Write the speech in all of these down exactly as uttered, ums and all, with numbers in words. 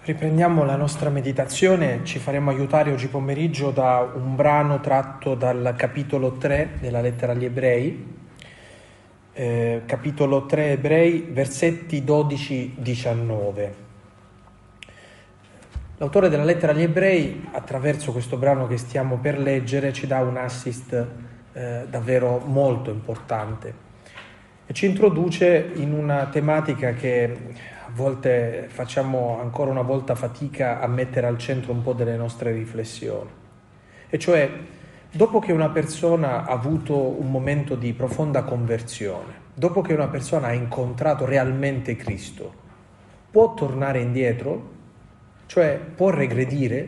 Riprendiamo la nostra meditazione, ci faremo aiutare oggi pomeriggio da un brano tratto dal capitolo tre della lettera agli Ebrei, eh, capitolo tre Ebrei, versetti dodici diciannove. L'autore della lettera agli Ebrei, attraverso questo brano che stiamo per leggere, ci dà un assist eh, davvero molto importante e ci introduce in una tematica che a volte facciamo ancora una volta fatica a mettere al centro un po' delle nostre riflessioni. E cioè, dopo che una persona ha avuto un momento di profonda conversione, dopo che una persona ha incontrato realmente Cristo, può tornare indietro? Cioè, può regredire?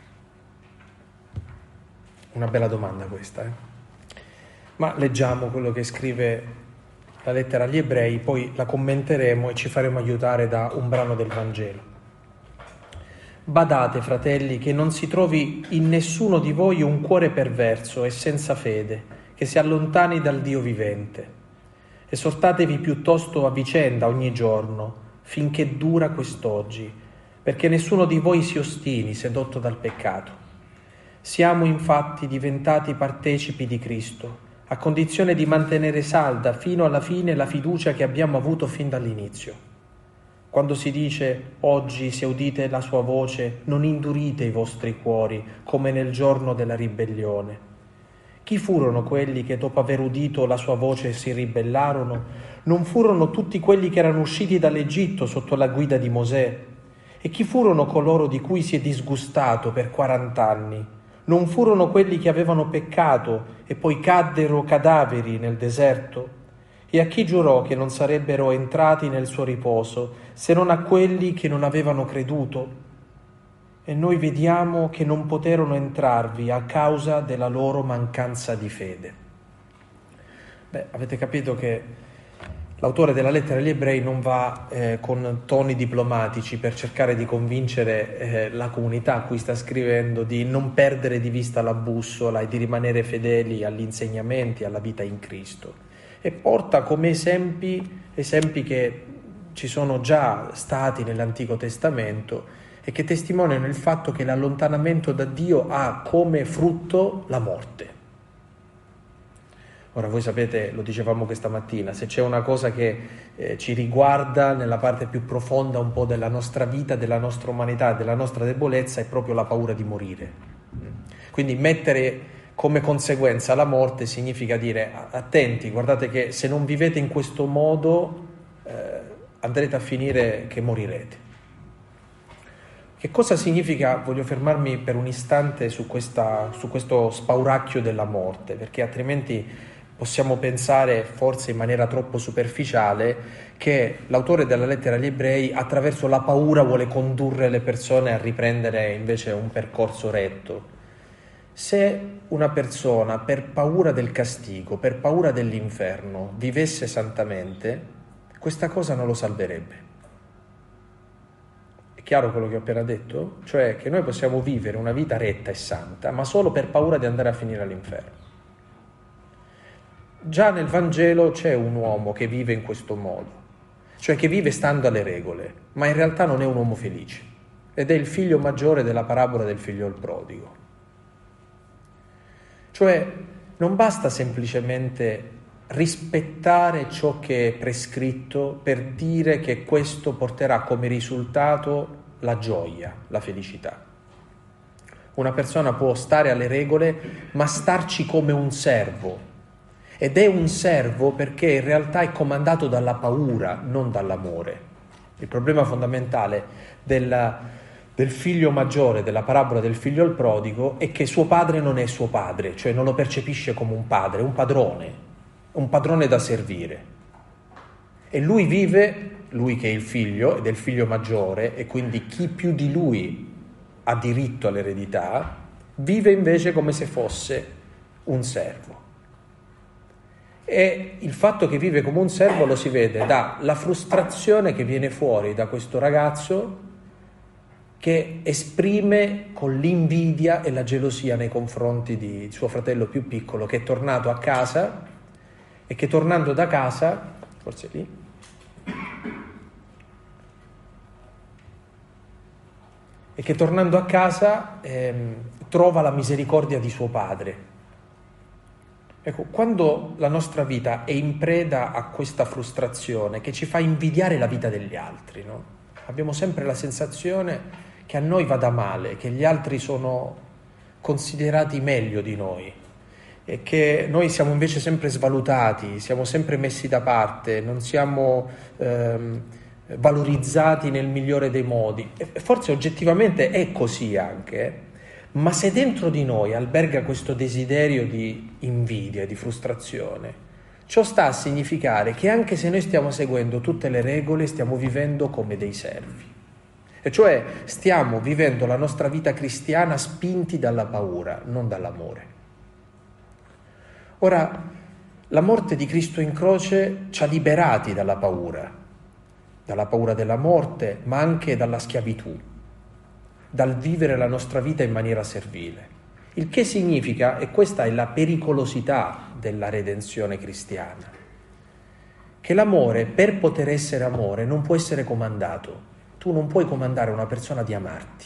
Una bella domanda questa, eh? Ma leggiamo quello che scrive la lettera agli Ebrei, poi la commenteremo e ci faremo aiutare da un brano del Vangelo. Badate, fratelli, che non si trovi in nessuno di voi un cuore perverso e senza fede, che si allontani dal Dio vivente. Esortatevi piuttosto a vicenda ogni giorno, finché dura quest'oggi, perché nessuno di voi si ostini, sedotto dal peccato. Siamo infatti diventati partecipi di Cristo, a condizione di mantenere salda fino alla fine la fiducia che abbiamo avuto fin dall'inizio. Quando si dice oggi se udite la sua voce non indurite i vostri cuori come nel giorno della ribellione. Chi furono quelli che dopo aver udito la sua voce si ribellarono? Non furono tutti quelli che erano usciti dall'Egitto sotto la guida di Mosè? E chi furono coloro di cui si è disgustato per quarant'anni? Non furono quelli che avevano peccato e poi caddero cadaveri nel deserto? E a chi giurò che non sarebbero entrati nel suo riposo, se non a quelli che non avevano creduto? E noi vediamo che non poterono entrarvi a causa della loro mancanza di fede. Beh, avete capito che l'autore della lettera agli Ebrei non va eh, con toni diplomatici per cercare di convincere eh, la comunità a cui sta scrivendo di non perdere di vista la bussola e di rimanere fedeli agli insegnamenti, alla vita in Cristo. E porta come esempi, esempi che ci sono già stati nell'Antico Testamento e che testimoniano il fatto che l'allontanamento da Dio ha come frutto la morte. Ora voi sapete, lo dicevamo questa mattina, se c'è una cosa che eh, ci riguarda nella parte più profonda un po' della nostra vita, della nostra umanità, della nostra debolezza, è proprio la paura di morire. Quindi mettere come conseguenza la morte significa dire attenti, guardate che se non vivete in questo modo eh, andrete a finire che morirete. Che cosa significa? Voglio fermarmi per un istante su, questa, su questo spauracchio della morte, perché altrimenti possiamo pensare, forse in maniera troppo superficiale, che l'autore della lettera agli Ebrei attraverso la paura vuole condurre le persone a riprendere invece un percorso retto. Se una persona per paura del castigo, per paura dell'inferno, vivesse santamente, questa cosa non lo salverebbe. È chiaro quello che ho appena detto? Cioè che noi possiamo vivere una vita retta e santa, ma solo per paura di andare a finire all'inferno. Già nel Vangelo c'è un uomo che vive in questo modo, cioè che vive stando alle regole, ma in realtà non è un uomo felice, ed è il figlio maggiore della parabola del figlio prodigo. Cioè non basta semplicemente rispettare ciò che è prescritto per dire che questo porterà come risultato la gioia, la felicità. Una persona può stare alle regole, ma starci come un servo. Ed è un servo perché in realtà è comandato dalla paura, non dall'amore. Il problema fondamentale della, del figlio maggiore, della parabola del figlio il prodigo, è che suo padre non è suo padre, cioè non lo percepisce come un padre, è un padrone, un padrone da servire. E lui vive, lui che è il figlio, ed è il figlio maggiore, e quindi chi più di lui ha diritto all'eredità, vive invece come se fosse un servo. E il fatto che vive come un servo lo si vede dalla frustrazione che viene fuori da questo ragazzo che esprime con l'invidia e la gelosia nei confronti di suo fratello più piccolo, che è tornato a casa e che tornando da casa, forse lì, e che tornando a casa ehm, trova la misericordia di suo padre. Ecco, quando la nostra vita è in preda a questa frustrazione che ci fa invidiare la vita degli altri, no? Abbiamo sempre la sensazione che a noi vada male, che gli altri sono considerati meglio di noi e che noi siamo invece sempre svalutati, siamo sempre messi da parte, non siamo ehm, valorizzati nel migliore dei modi. E forse oggettivamente è così anche, ma se dentro di noi alberga questo desiderio di invidia, di frustrazione, ciò sta a significare che anche se noi stiamo seguendo tutte le regole, stiamo vivendo come dei servi. E cioè stiamo vivendo la nostra vita cristiana spinti dalla paura, non dall'amore. Ora, la morte di Cristo in croce ci ha liberati dalla paura, dalla paura della morte, ma anche dalla schiavitù, dal vivere la nostra vita in maniera servile. Il che significa, e questa è la pericolosità della redenzione cristiana, che l'amore, per poter essere amore, non può essere comandato. Tu non puoi comandare a una persona di amarti.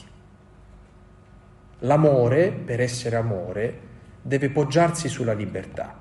L'amore, per essere amore, deve poggiarsi sulla libertà.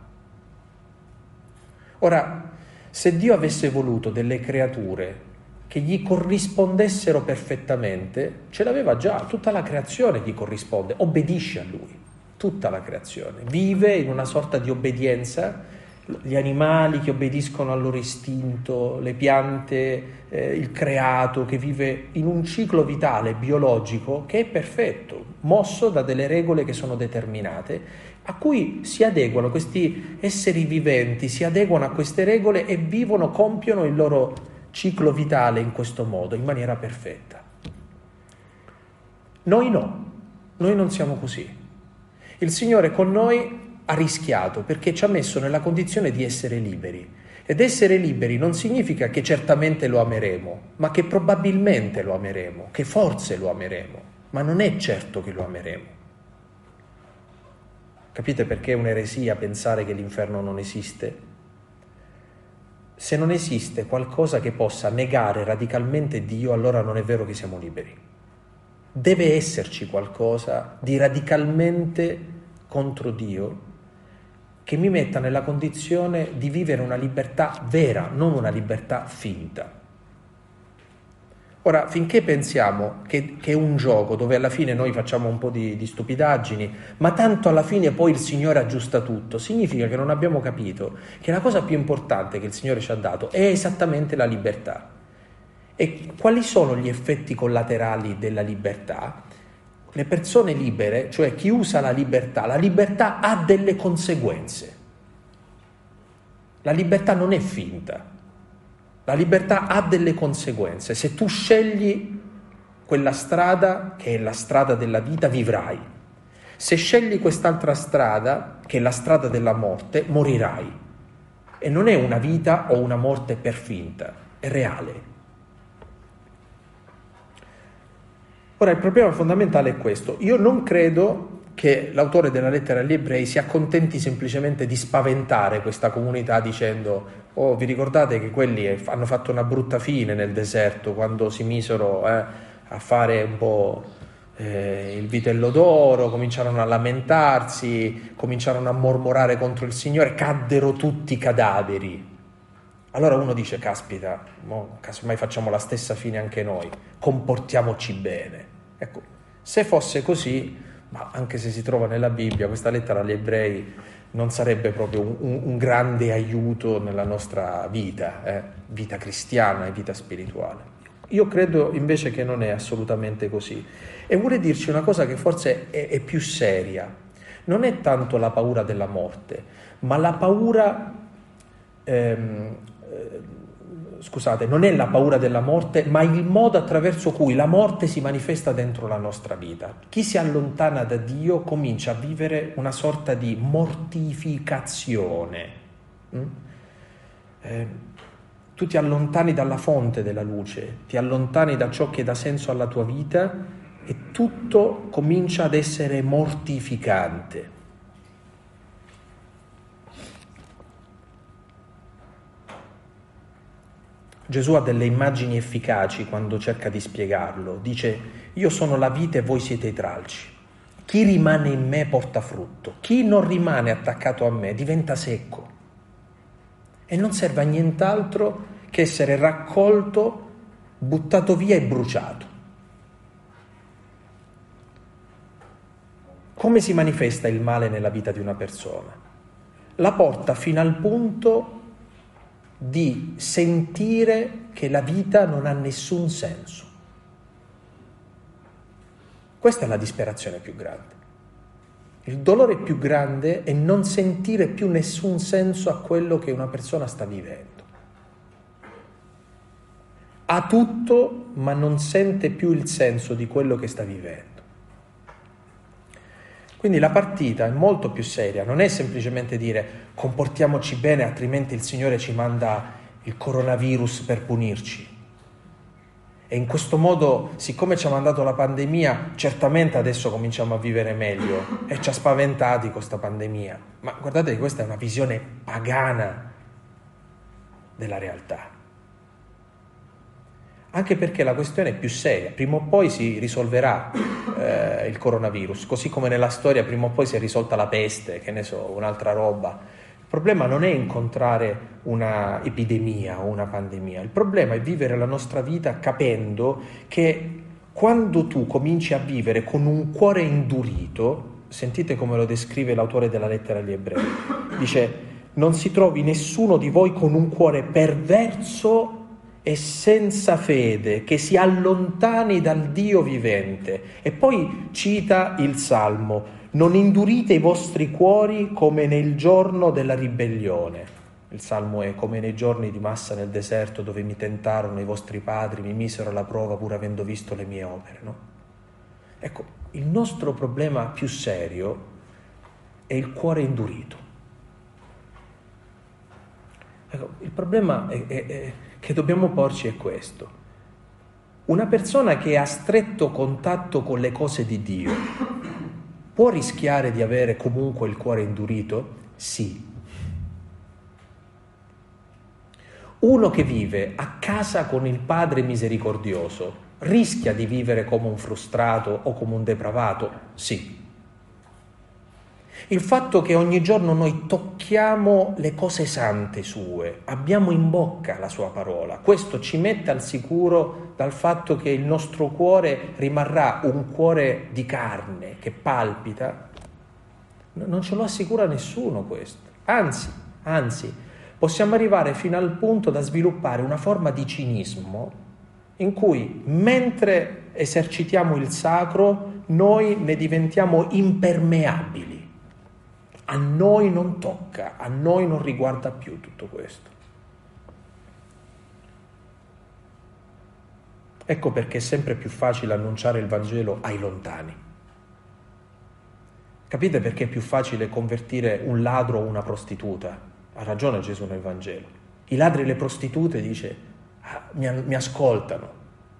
Ora, se Dio avesse voluto delle creature che gli corrispondessero perfettamente, ce l'aveva già, tutta la creazione gli corrisponde, obbedisce a Lui, tutta la creazione, vive in una sorta di obbedienza, gli animali che obbediscono al loro istinto, le piante, eh, il creato che vive in un ciclo vitale, biologico, che è perfetto, mosso da delle regole che sono determinate, a cui si adeguano questi esseri viventi, si adeguano a queste regole e vivono, compiono il loro ciclo vitale in questo modo, in maniera perfetta. Noi no, noi non siamo così. Il Signore con noi ha rischiato perché ci ha messo nella condizione di essere liberi. Ed essere liberi non significa che certamente lo ameremo, ma che probabilmente lo ameremo, che forse lo ameremo, ma non è certo che lo ameremo. Capite perché è un'eresia pensare che l'inferno non esiste? Se non esiste qualcosa che possa negare radicalmente Dio, allora non è vero che siamo liberi. Deve esserci qualcosa di radicalmente contro Dio che mi metta nella condizione di vivere una libertà vera, non una libertà finta. Ora, finché pensiamo che, che è un gioco dove alla fine noi facciamo un po' di, di stupidaggini, ma tanto alla fine poi il Signore aggiusta tutto, significa che non abbiamo capito che la cosa più importante che il Signore ci ha dato è esattamente la libertà. E quali sono gli effetti collaterali della libertà? Le persone libere, cioè chi usa la libertà, la libertà ha delle conseguenze. La libertà non è finta. La libertà ha delle conseguenze. Se tu scegli quella strada, che è la strada della vita, vivrai. Se scegli quest'altra strada, che è la strada della morte, morirai. E non è una vita o una morte per finta, è reale. Ora, il problema fondamentale è questo. Io non credo che l'autore della lettera agli ebrei si accontenti semplicemente di spaventare questa comunità dicendo oh, vi ricordate che quelli hanno fatto una brutta fine nel deserto quando si misero eh, a fare un po' eh, il vitello d'oro, cominciarono a lamentarsi, cominciarono a mormorare contro il Signore, caddero tutti cadaveri. Allora uno dice, caspita, mo, casomai facciamo la stessa fine anche noi, comportiamoci bene. Ecco, se fosse così, ma anche se si trova nella Bibbia, questa lettera agli ebrei non sarebbe proprio un, un, un grande aiuto nella nostra vita, eh? vita cristiana e vita spirituale. Io credo invece che non è assolutamente così. E vuole dirci una cosa che forse è, è più seria. Non è tanto la paura della morte, ma la paura... Ehm, scusate, non è la paura della morte, ma il modo attraverso cui la morte si manifesta dentro la nostra vita. Chi si allontana da Dio comincia a vivere una sorta di mortificazione. Mm? Eh, tu ti allontani dalla fonte della luce, ti allontani da ciò che dà senso alla tua vita e tutto comincia ad essere mortificante. Gesù ha delle immagini efficaci quando cerca di spiegarlo. Dice: io sono la vite e voi siete i tralci. Chi rimane in me porta frutto. Chi non rimane attaccato a me diventa secco. E non serve a nient'altro che essere raccolto, buttato via e bruciato. Come si manifesta il male nella vita di una persona? La porta fino al punto di sentire che la vita non ha nessun senso. Questa è la disperazione più grande. Il dolore più grande è non sentire più nessun senso a quello che una persona sta vivendo. Ha tutto, ma non sente più il senso di quello che sta vivendo. Quindi la partita è molto più seria, non è semplicemente dire comportiamoci bene altrimenti il Signore ci manda il coronavirus per punirci. E in questo modo, siccome ci ha mandato la pandemia, certamente adesso cominciamo a vivere meglio e ci ha spaventati con questa pandemia. Ma guardate che questa è una visione pagana della realtà. Anche perché la questione è più seria, prima o poi si risolverà eh, il coronavirus, così come nella storia prima o poi si è risolta la peste, che ne so, un'altra roba. Il problema non è incontrare una epidemia o una pandemia, il problema è vivere la nostra vita capendo che quando tu cominci a vivere con un cuore indurito, sentite come lo descrive l'autore della lettera agli Ebrei, dice: non si trovi nessuno di voi con un cuore perverso e senza fede, che si allontani dal Dio vivente. E poi cita il Salmo: non indurite i vostri cuori come nel giorno della ribellione. Il Salmo è: come nei giorni di Massa nel deserto, dove mi tentarono i vostri padri, mi misero alla prova pur avendo visto le mie opere, no? Ecco, il nostro problema più serio è il cuore indurito. Ecco, il problema è, è, è che dobbiamo porci è questo: una persona che ha stretto contatto con le cose di Dio può rischiare di avere comunque il cuore indurito? Sì. Uno che vive a casa con il Padre misericordioso rischia di vivere come un frustrato o come un depravato? Sì. Il fatto che ogni giorno noi tocchiamo le cose sante sue, abbiamo in bocca la sua parola, questo ci mette al sicuro dal fatto che il nostro cuore rimarrà un cuore di carne che palpita. Non ce lo assicura nessuno questo. Anzi, anzi, possiamo arrivare fino al punto da sviluppare una forma di cinismo in cui, mentre esercitiamo il sacro, noi ne diventiamo impermeabili. A noi non tocca, a noi non riguarda più tutto questo. Ecco perché è sempre più facile annunciare il Vangelo ai lontani. Capite perché è più facile convertire un ladro o una prostituta? Ha ragione Gesù nel Vangelo. I ladri e le prostitute, dice, ah, mi, mi ascoltano.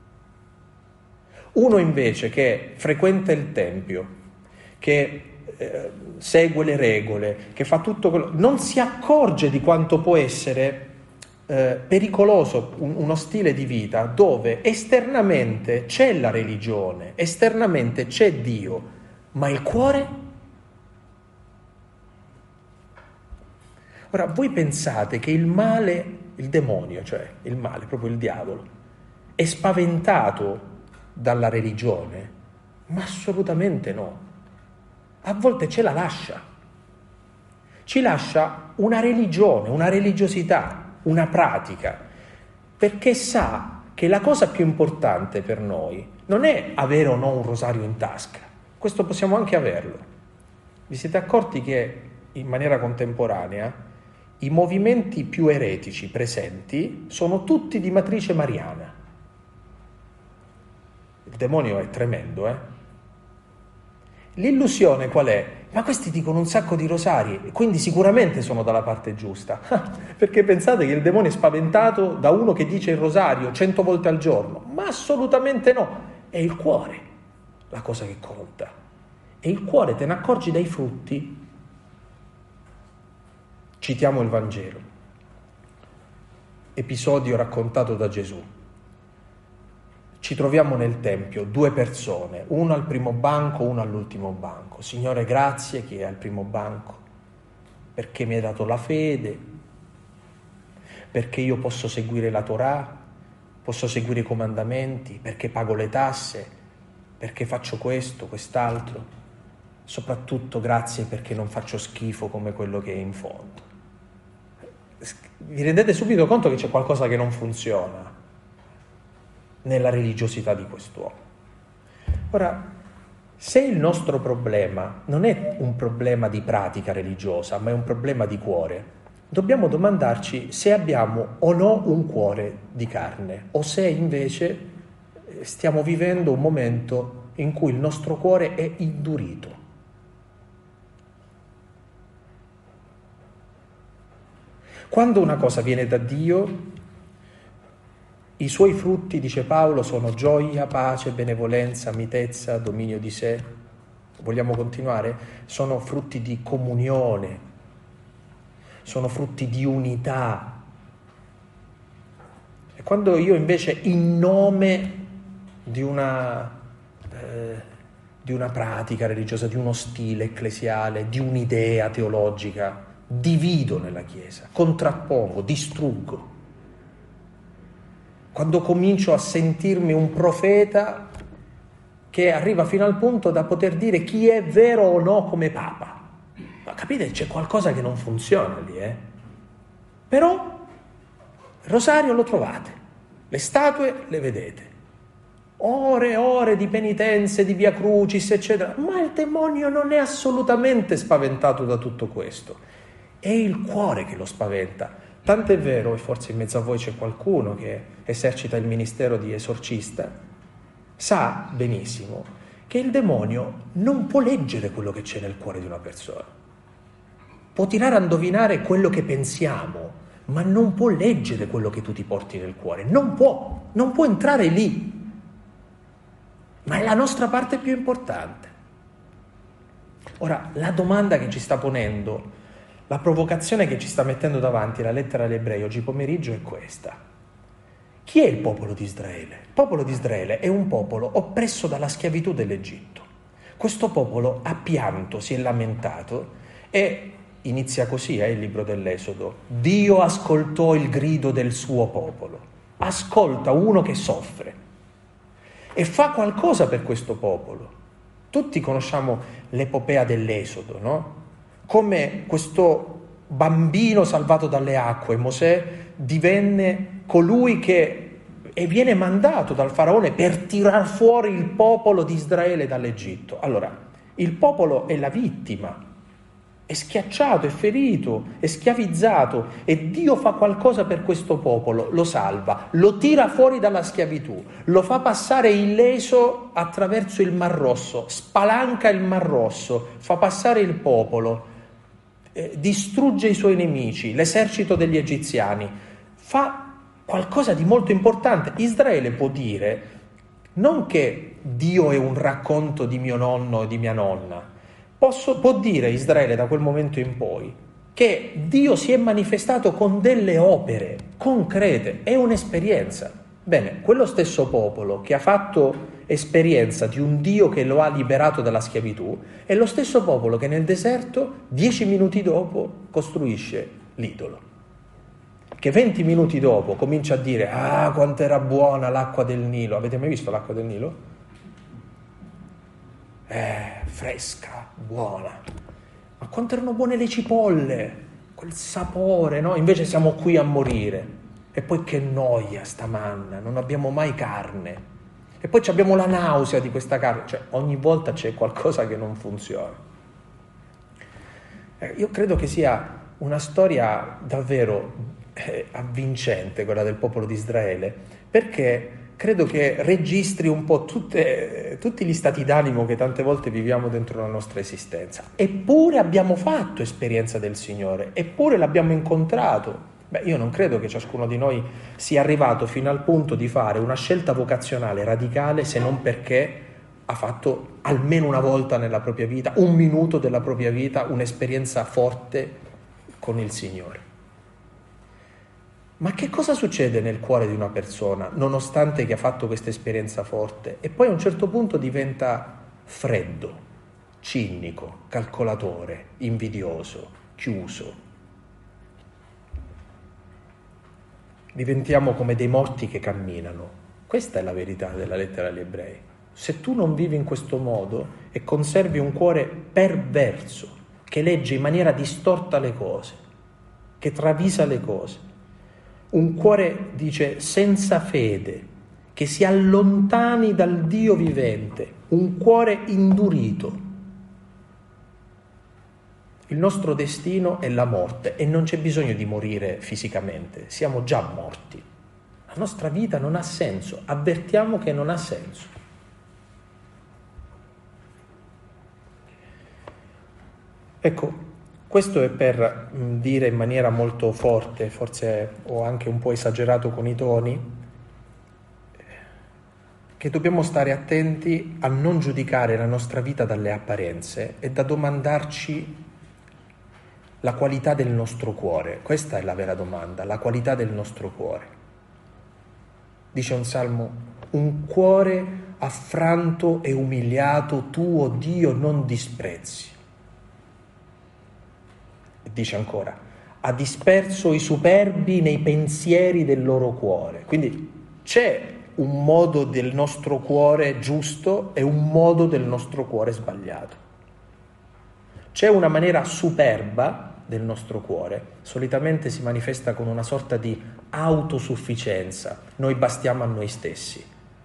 Uno invece che frequenta il Tempio, che eh, segue le regole, che fa tutto quello, non si accorge di quanto può essere eh, pericoloso un, uno stile di vita dove esternamente c'è la religione, esternamente c'è Dio, ma il cuore? Ora, voi pensate che il male, il demonio, cioè il male, proprio il diavolo, è spaventato dalla religione? Ma assolutamente no. A volte ce la lascia. Ci lascia una religione, una religiosità, una pratica, perché sa che la cosa più importante per noi non è avere o no un rosario in tasca. Questo possiamo anche averlo. Vi siete accorti che in maniera contemporanea i movimenti più eretici presenti sono tutti di matrice mariana? Il demonio è tremendo, eh? L'illusione qual è? Ma questi dicono un sacco di rosari, quindi sicuramente sono dalla parte giusta. Perché pensate che il demonio è spaventato da uno che dice il rosario cento volte al giorno? Ma assolutamente no. È il cuore la cosa che conta. E il cuore te ne accorgi dai frutti. Citiamo il Vangelo. episodio raccontato da Gesù. Ci troviamo nel Tempio, due persone, uno al primo banco, uno all'ultimo banco. Signore, grazie, chi è al primo banco? Perché mi hai dato la fede, perché io posso seguire la Torah, posso seguire i comandamenti, perché pago le tasse, perché faccio questo, quest'altro. Soprattutto grazie perché non faccio schifo come quello che è in fondo. Vi rendete subito conto che c'è qualcosa che non funziona nella religiosità di quest'uomo. Ora, se il nostro problema non è un problema di pratica religiosa, ma è un problema di cuore, dobbiamo domandarci se abbiamo o no un cuore di carne, o se invece stiamo vivendo un momento in cui il nostro cuore è indurito. Quando una cosa viene da Dio, i suoi frutti, dice Paolo, sono gioia, pace, benevolenza, mitezza, dominio di sé. Vogliamo continuare? Sono frutti di comunione, sono frutti di unità. E quando io invece, in nome di una, eh, di una pratica religiosa, di uno stile ecclesiale, di un'idea teologica, divido nella Chiesa, contrappongo, distruggo. Quando comincio a sentirmi un profeta che arriva fino al punto da poter dire chi è vero o no come Papa. Ma capite, c'è qualcosa che non funziona lì, eh? Però il rosario lo trovate, le statue le vedete, ore e ore di penitenze, di via crucis, eccetera, ma il demonio non è assolutamente spaventato da tutto questo. È il cuore che lo spaventa. Tant'è vero, e forse in mezzo a voi c'è qualcuno che esercita il ministero di esorcista, sa benissimo che il demonio non può leggere quello che c'è nel cuore di una persona. Può tirare a indovinare quello che pensiamo, ma non può leggere quello che tu ti porti nel cuore. Non può, non può entrare lì. Ma è la nostra parte più importante. Ora, la domanda che ci sta ponendo, la provocazione che ci sta mettendo davanti la lettera agli Ebrei oggi pomeriggio è questa. Chi è il popolo di Israele? Il popolo di Israele è un popolo oppresso dalla schiavitù dell'Egitto. Questo popolo ha pianto, si è lamentato e inizia così eh, il libro dell'Esodo. Dio ascoltò il grido del suo popolo. Ascolta uno che soffre e fa qualcosa per questo popolo. Tutti conosciamo l'epopea dell'Esodo, no? Come questo bambino salvato dalle acque, Mosè, divenne colui che e viene mandato dal faraone per tirar fuori il popolo di Israele dall'Egitto. Allora, il popolo è la vittima, è schiacciato, è ferito, è schiavizzato e Dio fa qualcosa per questo popolo, lo salva, lo tira fuori dalla schiavitù, lo fa passare illeso attraverso il Mar Rosso, spalanca il Mar Rosso, fa passare il popolo, Eh, distrugge i suoi nemici, l'esercito degli egiziani, fa qualcosa di molto importante. Israele può dire non che Dio è un racconto di mio nonno e di mia nonna, Posso, può dire Israele da quel momento in poi che Dio si è manifestato con delle opere concrete, è un'esperienza. Bene, quello stesso popolo che ha fatto esperienza di un Dio che lo ha liberato dalla schiavitù è lo stesso popolo che nel deserto, dieci minuti dopo, costruisce l'idolo. Che venti minuti dopo comincia a dire ah, quanto era buona l'acqua del Nilo. Avete mai visto l'acqua del Nilo? Eh, fresca, buona. Ma quanto erano buone le cipolle, quel sapore, no? Invece siamo qui a morire. E poi che noia sta manna, non abbiamo mai carne. E poi abbiamo la nausea di questa carne, cioè ogni volta c'è qualcosa che non funziona. Eh, io credo che sia una storia davvero eh, avvincente quella del popolo di Israele, perché credo che registri un po' tutte, tutti gli stati d'animo che tante volte viviamo dentro la nostra esistenza. Eppure abbiamo fatto esperienza del Signore, eppure l'abbiamo incontrato. Beh, io non credo che ciascuno di noi sia arrivato fino al punto di fare una scelta vocazionale radicale se non perché ha fatto almeno una volta nella propria vita, un minuto della propria vita, un'esperienza forte con il Signore. Ma che cosa succede nel cuore di una persona, nonostante che ha fatto questa esperienza forte, e poi a un certo punto diventa freddo, cinico, calcolatore, invidioso, chiuso? Diventiamo come dei morti che camminano. Questa è la verità della lettera agli Ebrei. Se tu non vivi in questo modo e conservi un cuore perverso, che legge in maniera distorta le cose, che travisa le cose, un cuore, dice, senza fede, che si allontani dal Dio vivente, un cuore indurito. Il nostro destino è la morte e non c'è bisogno di morire fisicamente, siamo già morti. La nostra vita non ha senso, avvertiamo che non ha senso. Ecco, questo è per dire in maniera molto forte, forse ho anche un po' esagerato con i toni, che dobbiamo stare attenti a non giudicare la nostra vita dalle apparenze e da domandarci la qualità del nostro cuore. Questa è la vera domanda, la qualità del nostro cuore. Dice un salmo: un cuore affranto e umiliato tu, o Dio, non disprezzi. E dice ancora: ha disperso i superbi nei pensieri del loro cuore. Quindi c'è un modo del nostro cuore giusto e un modo del nostro cuore sbagliato. C'è una maniera superba del nostro cuore, solitamente si manifesta con una sorta di autosufficienza, noi bastiamo a noi stessi.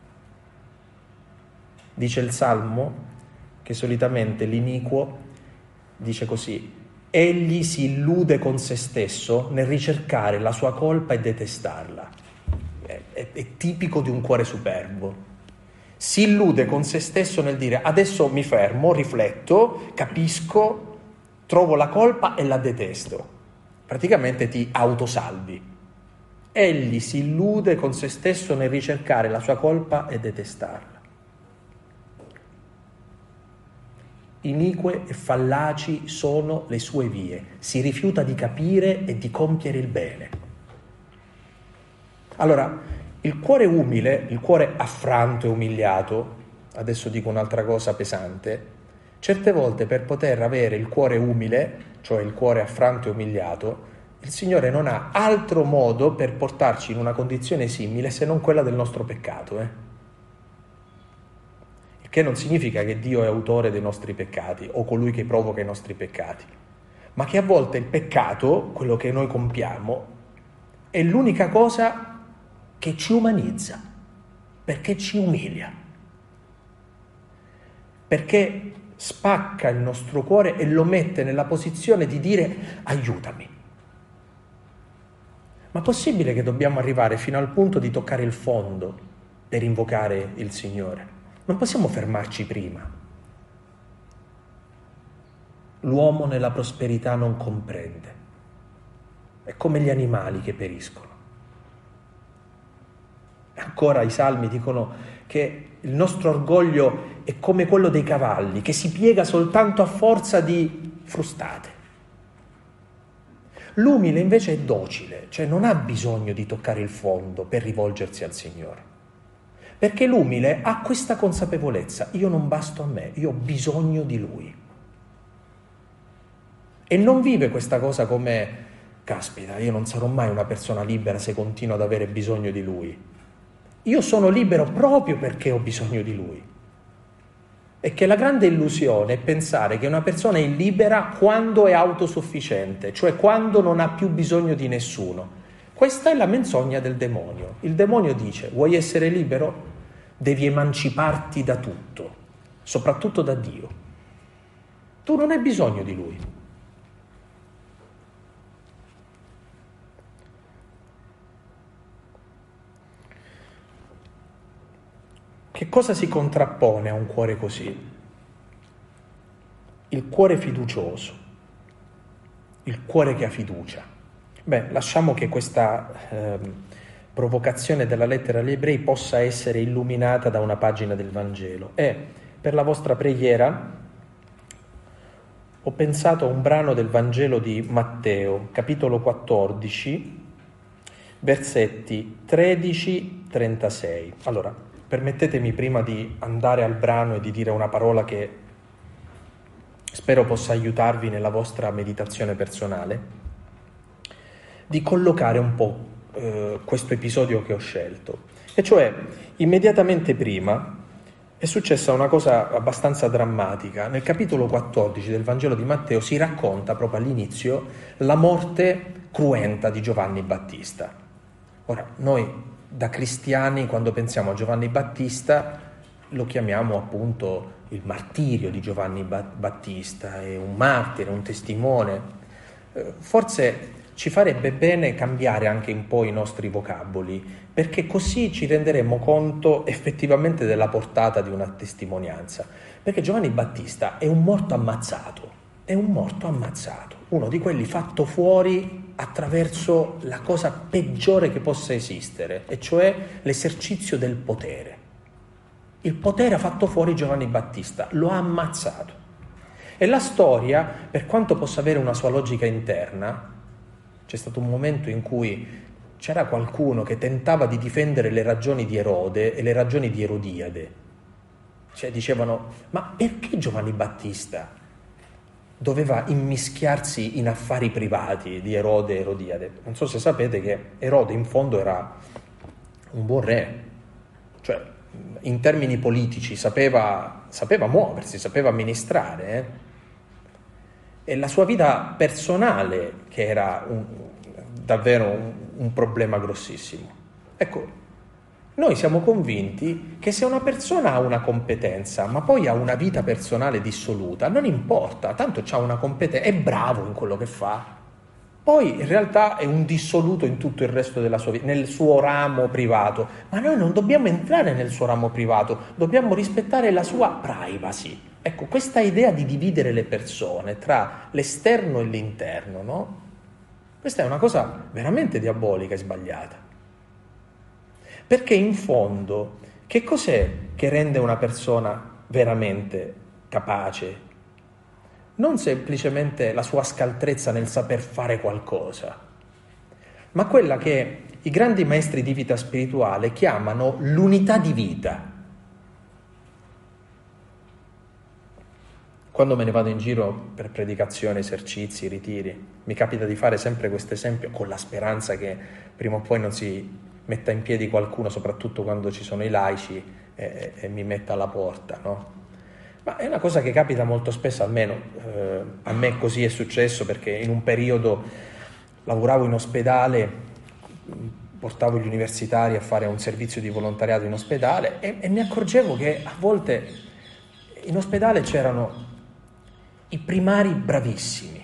Dice il Salmo che solitamente l'iniquo dice così: egli si illude con se stesso nel ricercare la sua colpa e detestarla. È, è, è tipico di un cuore superbo. Si illude con se stesso nel dire: adesso mi fermo, rifletto, capisco, trovo la colpa e la detesto. Praticamente ti autosalvi. Egli si illude con se stesso nel ricercare la sua colpa e detestarla. Inique e fallaci sono le sue vie. Si rifiuta di capire e di compiere il bene. Allora, il cuore umile, il cuore affranto e umiliato, adesso dico un'altra cosa pesante, certe volte per poter avere il cuore umile, cioè il cuore affranto e umiliato, il Signore non ha altro modo per portarci in una condizione simile se non quella del nostro peccato. Eh? Il che non significa che Dio è autore dei nostri peccati o colui che provoca i nostri peccati, ma che a volte il peccato, quello che noi compiamo, è l'unica cosa che ci umanizza, perché ci umilia, perché spacca il nostro cuore e lo mette nella posizione di dire: aiutami. Ma possibile che dobbiamo arrivare fino al punto di toccare il fondo per invocare il Signore? Non possiamo fermarci prima. L'uomo nella prosperità non comprende. È come gli animali che periscono. Ancora i salmi dicono che il nostro orgoglio è come quello dei cavalli, che si piega soltanto a forza di frustate. L'umile invece è docile, cioè non ha bisogno di toccare il fondo per rivolgersi al Signore. Perché l'umile ha questa consapevolezza: io non basto a me, io ho bisogno di Lui. E non vive questa cosa come: caspita, io non sarò mai una persona libera se continuo ad avere bisogno di Lui. Io sono libero proprio perché ho bisogno di Lui. E che la grande illusione è pensare che una persona è libera quando è autosufficiente, cioè quando non ha più bisogno di nessuno. Questa è la menzogna del demonio. Il demonio dice: vuoi essere libero? Devi emanciparti da tutto, soprattutto da Dio. Tu non hai bisogno di Lui. Che cosa si contrappone a un cuore così? Il cuore fiducioso, il cuore che ha fiducia. Beh, lasciamo che questa eh, provocazione della lettera agli Ebrei possa essere illuminata da una pagina del Vangelo. E per la vostra preghiera ho pensato a un brano del Vangelo di Matteo, capitolo quattordici, versetti tredici trentasei. Allora, permettetemi prima di andare al brano e di dire una parola che spero possa aiutarvi nella vostra meditazione personale, di collocare un po' eh, questo episodio che ho scelto. E cioè, immediatamente prima è successa una cosa abbastanza drammatica. Nel capitolo quattordici del Vangelo di Matteo si racconta proprio all'inizio la morte cruenta di Giovanni Battista. Ora, noi da cristiani, quando pensiamo a Giovanni Battista, lo chiamiamo appunto il martirio di Giovanni Battista, è un martire, un testimone. Forse ci farebbe bene cambiare anche un po' i nostri vocaboli, perché così ci renderemo conto effettivamente della portata di una testimonianza. Perché Giovanni Battista è un morto ammazzato, è un morto ammazzato, uno di quelli fatto fuori attraverso la cosa peggiore che possa esistere, e cioè l'esercizio del potere. Il potere ha fatto fuori Giovanni Battista, lo ha ammazzato. E la storia, per quanto possa avere una sua logica interna, c'è stato un momento in cui c'era qualcuno che tentava di difendere le ragioni di Erode e le ragioni di Erodiade. Cioè dicevano, ma perché Giovanni Battista doveva immischiarsi in affari privati di Erode e Erodiade? Non so se sapete che Erode in fondo era un buon re, cioè in termini politici sapeva, sapeva muoversi, sapeva amministrare, eh? E la sua vita personale che era un, davvero un, un problema grossissimo. Ecco, noi siamo convinti che se una persona ha una competenza, ma poi ha una vita personale dissoluta, non importa, tanto c'ha una competenza, è bravo in quello che fa, poi in realtà è un dissoluto in tutto il resto della sua vita, nel suo ramo privato, ma noi non dobbiamo entrare nel suo ramo privato, dobbiamo rispettare la sua privacy. Ecco, questa idea di dividere le persone tra l'esterno e l'interno, no? Questa è una cosa veramente diabolica e sbagliata. Perché in fondo, che cos'è che rende una persona veramente capace? Non semplicemente la sua scaltrezza nel saper fare qualcosa, ma quella che i grandi maestri di vita spirituale chiamano l'unità di vita. Quando me ne vado in giro per predicazioni, esercizi, ritiri, mi capita di fare sempre questo esempio con la speranza che prima o poi non si metta in piedi qualcuno, soprattutto quando ci sono i laici, e, e mi metta alla porta, no? Ma è una cosa che capita molto spesso, almeno eh, a me così è successo, perché in un periodo lavoravo in ospedale, portavo gli universitari a fare un servizio di volontariato in ospedale e, e mi accorgevo che a volte in ospedale c'erano i primari bravissimi,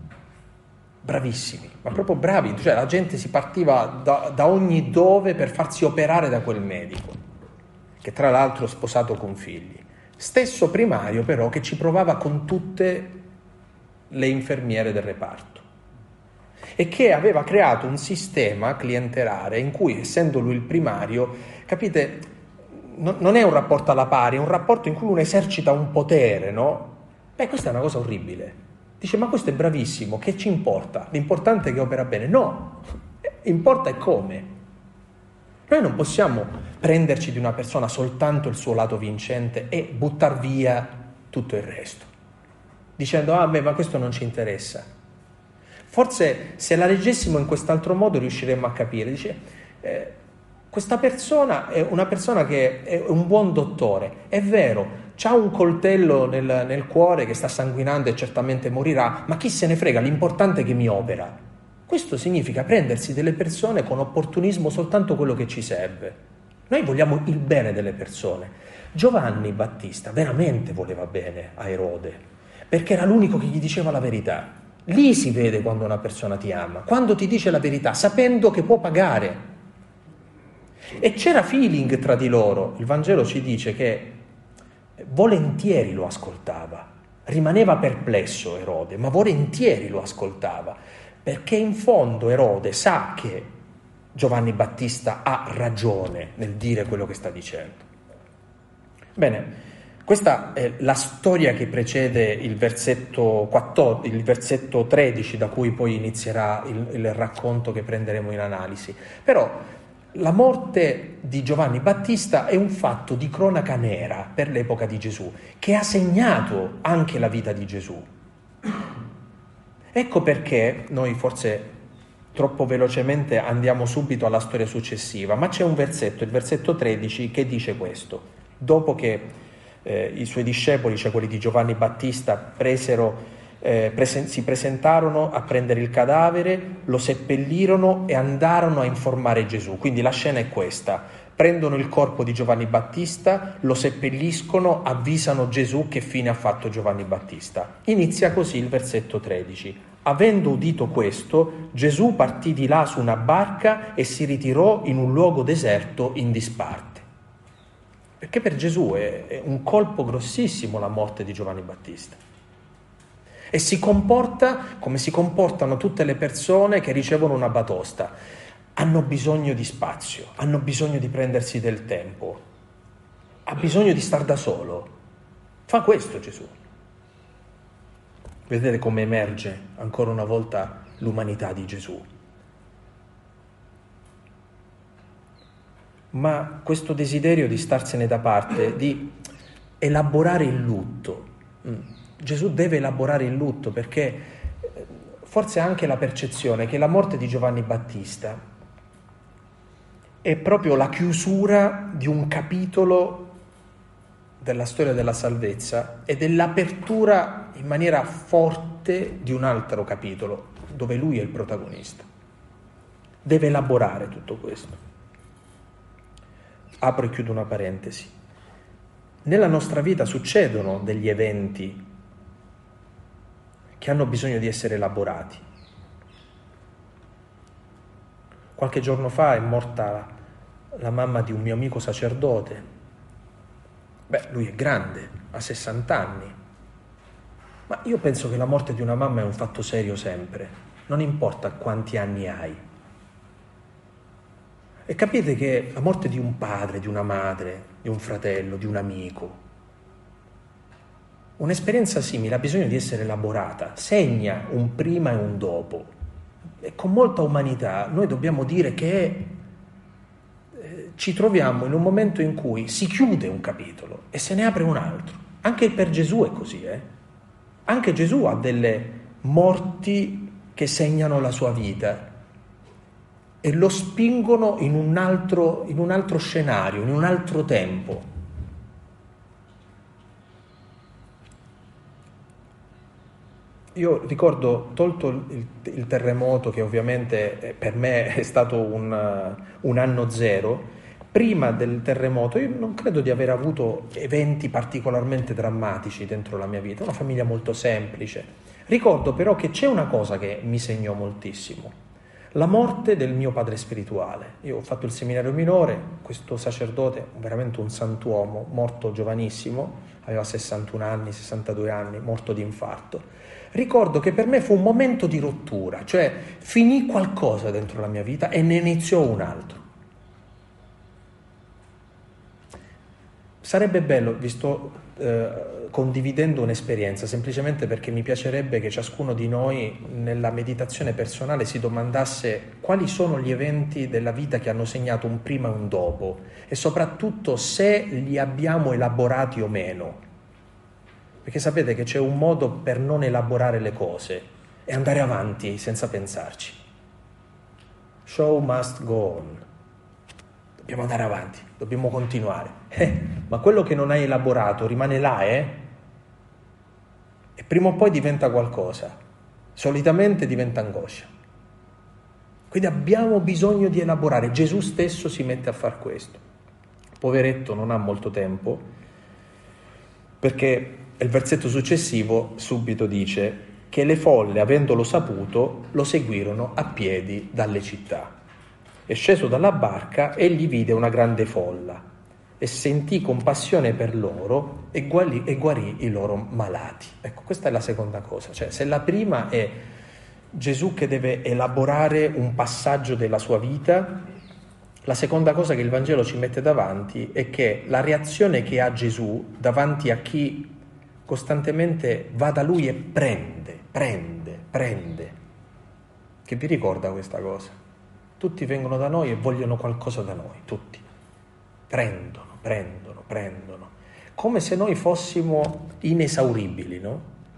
bravissimi, ma proprio bravi, cioè la gente si partiva da, da ogni dove per farsi operare da quel medico, che tra l'altro sposato con figli. Stesso primario però che ci provava con tutte le infermiere del reparto e che aveva creato un sistema clientelare in cui, essendo lui il primario, capite, no, non è un rapporto alla pari, è un rapporto in cui uno esercita un potere, no? Beh, questa è una cosa orribile. Dice, ma questo è bravissimo, che ci importa? L'importante è che opera bene. No, importa è come. Noi non possiamo prenderci di una persona soltanto il suo lato vincente e buttar via tutto il resto, dicendo, ah beh, ma questo non ci interessa. Forse se la leggessimo in quest'altro modo riusciremmo a capire. Dice, eh, questa persona è una persona che è un buon dottore, è vero, c'ha un coltello nel, nel cuore che sta sanguinando e certamente morirà, ma chi se ne frega, l'importante è che mi opera. Questo significa prendersi delle persone con opportunismo soltanto quello che ci serve. Noi vogliamo il bene delle persone. Giovanni Battista veramente voleva bene a Erode, perché era l'unico che gli diceva la verità. Lì si vede quando una persona ti ama, quando ti dice la verità, sapendo che può pagare. E c'era feeling tra di loro. Il Vangelo ci dice che volentieri lo ascoltava, rimaneva perplesso Erode, ma volentieri lo ascoltava, perché in fondo Erode sa che Giovanni Battista ha ragione nel dire quello che sta dicendo. Bene, Questa è la storia che precede il versetto, quattordici, il versetto tredici, da cui poi inizierà il, il racconto che prenderemo in analisi. Però la morte di Giovanni Battista è un fatto di cronaca nera per l'epoca di Gesù, che ha segnato anche la vita di Gesù. Ecco perché noi forse troppo velocemente andiamo subito alla storia successiva, ma c'è un versetto, il versetto tredici, che dice questo. Dopo che eh, i suoi discepoli, cioè quelli di Giovanni Battista, presero, eh, presen- si presentarono a prendere il cadavere, lo seppellirono e andarono a informare Gesù. Quindi la scena è questa: prendono il corpo di Giovanni Battista, lo seppelliscono, avvisano Gesù che fine ha fatto Giovanni Battista. Inizia così il versetto tredici. Avendo udito questo, Gesù partì di là su una barca e si ritirò in un luogo deserto in disparte. Perché per Gesù è, è un colpo grossissimo la morte di Giovanni Battista. E si comporta come si comportano tutte le persone che ricevono una batosta. Hanno bisogno di spazio, hanno bisogno di prendersi del tempo, ha bisogno di star da solo. Fa questo Gesù. Vedete come emerge ancora una volta l'umanità di Gesù. Ma questo desiderio di starsene da parte, di elaborare il lutto, Gesù deve elaborare il lutto, perché forse ha anche la percezione che la morte di Giovanni Battista è proprio la chiusura di un capitolo della storia della salvezza e dell'apertura in maniera forte di un altro capitolo, dove lui è il protagonista. Deve elaborare tutto questo. Apro e chiudo una parentesi. Nella nostra vita succedono degli eventi che hanno bisogno di essere elaborati. Qualche giorno fa è morta la mamma di un mio amico sacerdote. Beh, lui è grande, ha sessanta anni, ma io penso che la morte di una mamma è un fatto serio sempre, non importa quanti anni hai. E capite che la morte di un padre, di una madre, di un fratello, di un amico, un'esperienza simile ha bisogno di essere elaborata, segna un prima e un dopo. E con molta umanità noi dobbiamo dire che eh, ci troviamo in un momento in cui si chiude un capitolo e se ne apre un altro. Anche per Gesù è così, eh? Anche Gesù ha delle morti che segnano la sua vita e lo spingono in un altro, in un altro scenario, in un altro tempo. Io ricordo, tolto il, il terremoto, che ovviamente per me è stato un, un anno zero, prima del terremoto io non credo di aver avuto eventi particolarmente drammatici dentro la mia vita, una famiglia molto semplice. Ricordo però che c'è una cosa che mi segnò moltissimo. La morte del mio padre spirituale. Io ho fatto il seminario minore, questo sacerdote, veramente un santuomo, morto giovanissimo, aveva sessantuno anni, sessantadue anni, morto di infarto. Ricordo che per me fu un momento di rottura, cioè finì qualcosa dentro la mia vita e ne iniziò un altro. Sarebbe bello, vi sto eh, condividendo un'esperienza, semplicemente perché mi piacerebbe che ciascuno di noi nella meditazione personale si domandasse quali sono gli eventi della vita che hanno segnato un prima e un dopo e soprattutto se li abbiamo elaborati o meno. Perché sapete che c'è un modo per non elaborare le cose e andare avanti senza pensarci. Show must go on. Dobbiamo andare avanti, dobbiamo continuare. Eh, ma quello che non hai elaborato rimane là, eh? E prima o poi diventa qualcosa. Solitamente diventa angoscia. Quindi abbiamo bisogno di elaborare. Gesù stesso si mette a far questo. Poveretto non ha molto tempo, perché il versetto successivo subito dice che le folle, avendolo saputo, lo seguirono a piedi dalle città. E sceso dalla barca, egli vide una grande folla e sentì compassione per loro e guarì, e guarì i loro malati. Ecco, questa è la seconda cosa. Cioè, se la prima è Gesù che deve elaborare un passaggio della sua vita La seconda cosa che il Vangelo ci mette davanti è che la reazione che ha Gesù davanti a chi costantemente va da lui e prende, prende, prende. Che vi ricorda questa cosa? Tutti vengono da noi e vogliono qualcosa da noi, tutti. Prendono, prendono, prendono. Come se noi fossimo inesauribili, no?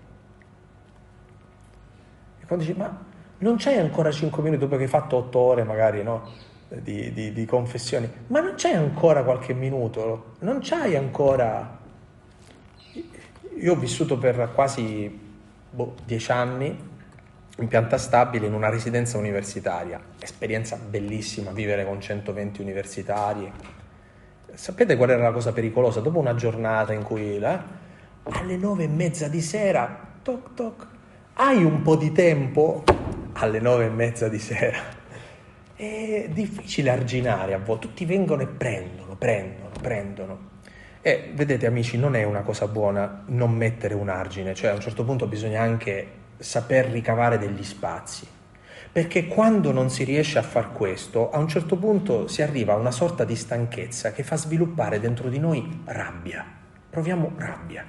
E quando dici, ma non c'hai ancora cinque minuti dopo che hai fatto otto ore magari, no? Di, di, di confessioni, ma non c'hai ancora qualche minuto? Non c'hai ancora... Io ho vissuto per quasi boh, dieci anni in pianta stabile in una residenza universitaria, esperienza bellissima, vivere con centoventi universitari. Sapete qual era la cosa pericolosa? Dopo una giornata in cui eh, alle nove e mezza di sera, toc toc, hai un po' di tempo alle nove e mezza di sera. È difficile arginare a volte, tutti vengono e prendono, prendono, prendono. E vedete amici, non è una cosa buona non mettere un argine, cioè a un certo punto bisogna anche saper ricavare degli spazi, perché quando non si riesce a far questo, a un certo punto si arriva a una sorta di stanchezza che fa sviluppare dentro di noi rabbia, proviamo rabbia.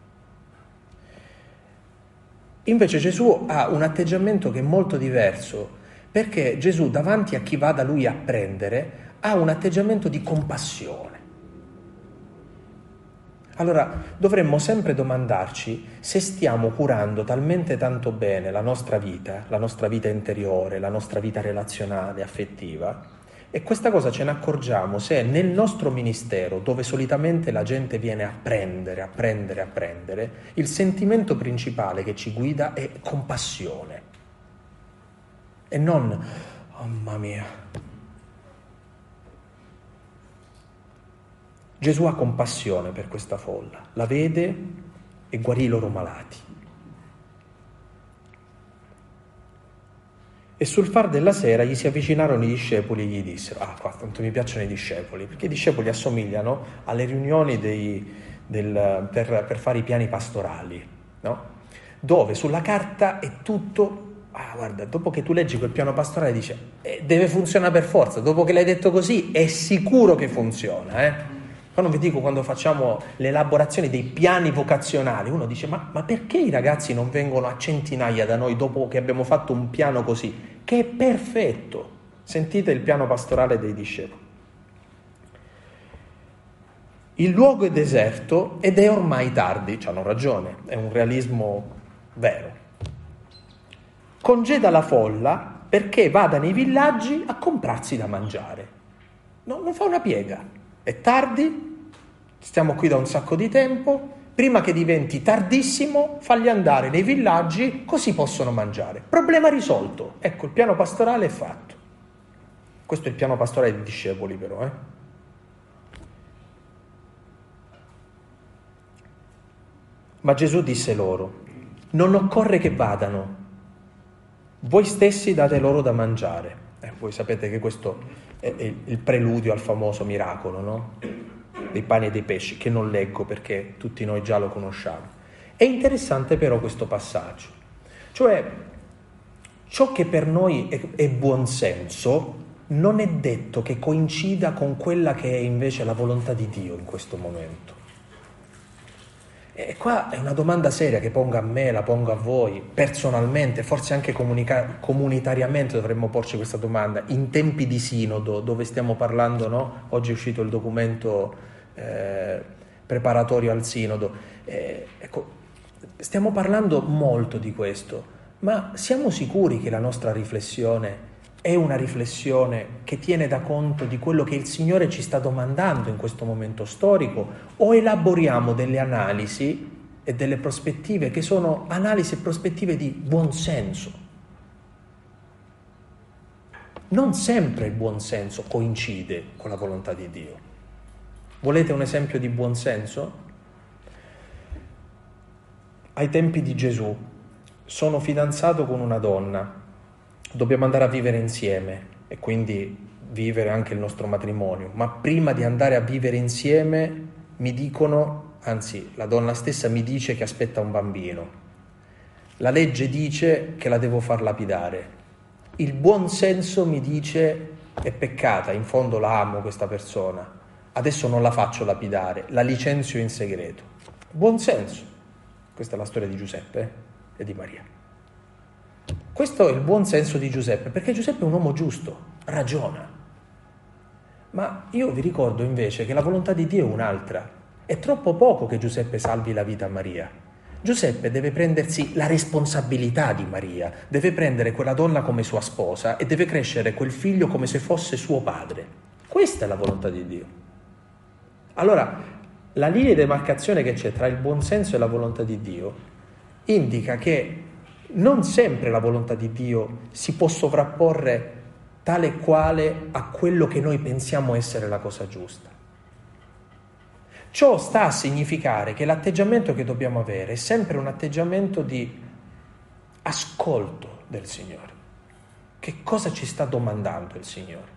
Invece Gesù ha un atteggiamento che è molto diverso, perché Gesù davanti a chi va da lui a prendere ha un atteggiamento di compassione. Allora dovremmo sempre domandarci se stiamo curando talmente tanto bene la nostra vita, la nostra vita interiore, la nostra vita relazionale, affettiva, e questa cosa ce ne accorgiamo se nel nostro ministero, dove solitamente la gente viene a prendere, a prendere, a prendere, il sentimento principale che ci guida è compassione. E non, oh mamma mia. Gesù ha compassione per questa folla, la vede e guarì i loro malati. E sul far della sera gli si avvicinarono i discepoli e gli dissero, ah, qua, quanto mi piacciono i discepoli, perché i discepoli assomigliano alle riunioni dei, del, per, per fare i piani pastorali, no? Dove sulla carta è tutto... Ah, guarda, dopo che tu leggi quel piano pastorale dice eh, deve funzionare per forza, dopo che l'hai detto così è sicuro che funziona, eh? Qua non vi dico quando facciamo l'elaborazione dei piani vocazionali, uno dice ma, ma perché i ragazzi non vengono a centinaia da noi dopo che abbiamo fatto un piano così, che è perfetto? Sentite il piano pastorale dei discepoli. Il luogo è deserto ed è ormai tardi, c'hanno ragione, è un realismo vero. Congeda la folla perché vada nei villaggi a comprarsi da mangiare. No, non fa una piega. È tardi, stiamo qui da un sacco di tempo, prima che diventi tardissimo, fagli andare nei villaggi così possono mangiare. Problema risolto. Ecco, il piano pastorale è fatto. Questo è il piano pastorale dei discepoli però, eh. Ma Gesù disse loro, non occorre che vadano, voi stessi date loro da mangiare. Eh, voi sapete che questo è, è il preludio al famoso miracolo, no? Dei pani e dei pesci, che non leggo perché tutti noi già lo conosciamo. È interessante però questo passaggio. Cioè, ciò che per noi è, è buonsenso non è detto che coincida con quella che è invece la volontà di Dio in questo momento. E qua è una domanda seria che pongo a me, la pongo a voi, personalmente, forse anche comunica- comunitariamente dovremmo porci questa domanda, in tempi di sinodo, dove stiamo parlando, no? Oggi è uscito il documento eh, preparatorio al sinodo. Eh, ecco, stiamo parlando molto di questo, ma siamo sicuri che la nostra riflessione è una riflessione che tiene da conto di quello che il Signore ci sta domandando in questo momento storico, o elaboriamo delle analisi e delle prospettive che sono analisi e prospettive di buonsenso? Non sempre il buonsenso coincide con la volontà di Dio. Volete un esempio di buonsenso? Ai tempi di Gesù sono fidanzato con una donna, dobbiamo andare a vivere insieme e quindi vivere anche il nostro matrimonio, ma prima di andare a vivere insieme mi dicono, anzi la donna stessa mi dice che aspetta un bambino, la legge dice che la devo far lapidare, il buon senso mi dice è peccata, in fondo la amo questa persona, adesso non la faccio lapidare, la licenzio in segreto. Buon senso. Questa è la storia di Giuseppe eh, e di Maria. Questo è il buon senso di Giuseppe, perché Giuseppe è un uomo giusto, ragiona. Ma io vi ricordo invece che la volontà di Dio è un'altra. È troppo poco che Giuseppe salvi la vita a Maria. Giuseppe deve prendersi la responsabilità di Maria, deve prendere quella donna come sua sposa e deve crescere quel figlio come se fosse suo padre. Questa è la volontà di Dio. Allora, la linea di demarcazione che c'è tra il buonsenso e la volontà di Dio indica che non sempre la volontà di Dio si può sovrapporre tale e quale a quello che noi pensiamo essere la cosa giusta. Ciò sta a significare che l'atteggiamento che dobbiamo avere è sempre un atteggiamento di ascolto del Signore. Che cosa ci sta domandando il Signore?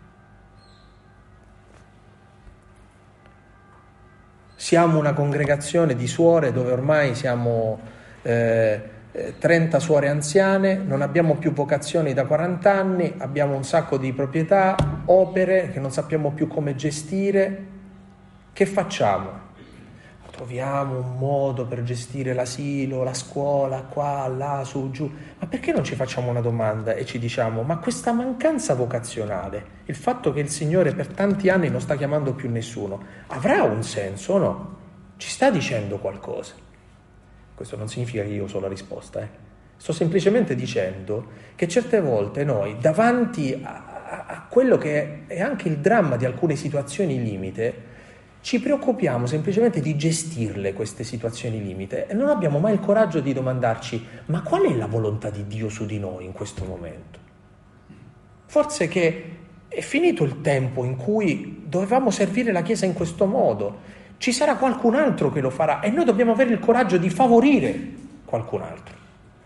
Siamo una congregazione di suore dove ormai siamo eh, trenta suore anziane, non abbiamo più vocazioni da quaranta anni, abbiamo un sacco di proprietà, opere che non sappiamo più come gestire. Che facciamo? Troviamo un modo per gestire l'asilo, la scuola, qua, là, su, giù. Ma perché non ci facciamo una domanda e ci diciamo: ma questa mancanza vocazionale, il fatto che il Signore per tanti anni non sta chiamando più nessuno, avrà un senso o no? Ci sta dicendo qualcosa? Questo non significa che io so la risposta, eh. Sto semplicemente dicendo che certe volte noi, davanti a, a, a quello che è anche il dramma di alcune situazioni limite, ci preoccupiamo semplicemente di gestirle queste situazioni limite e non abbiamo mai il coraggio di domandarci: ma qual è la volontà di Dio su di noi in questo momento? Forse che è finito il tempo in cui dovevamo servire la Chiesa in questo modo. Ci sarà qualcun altro che lo farà e noi dobbiamo avere il coraggio di favorire qualcun altro.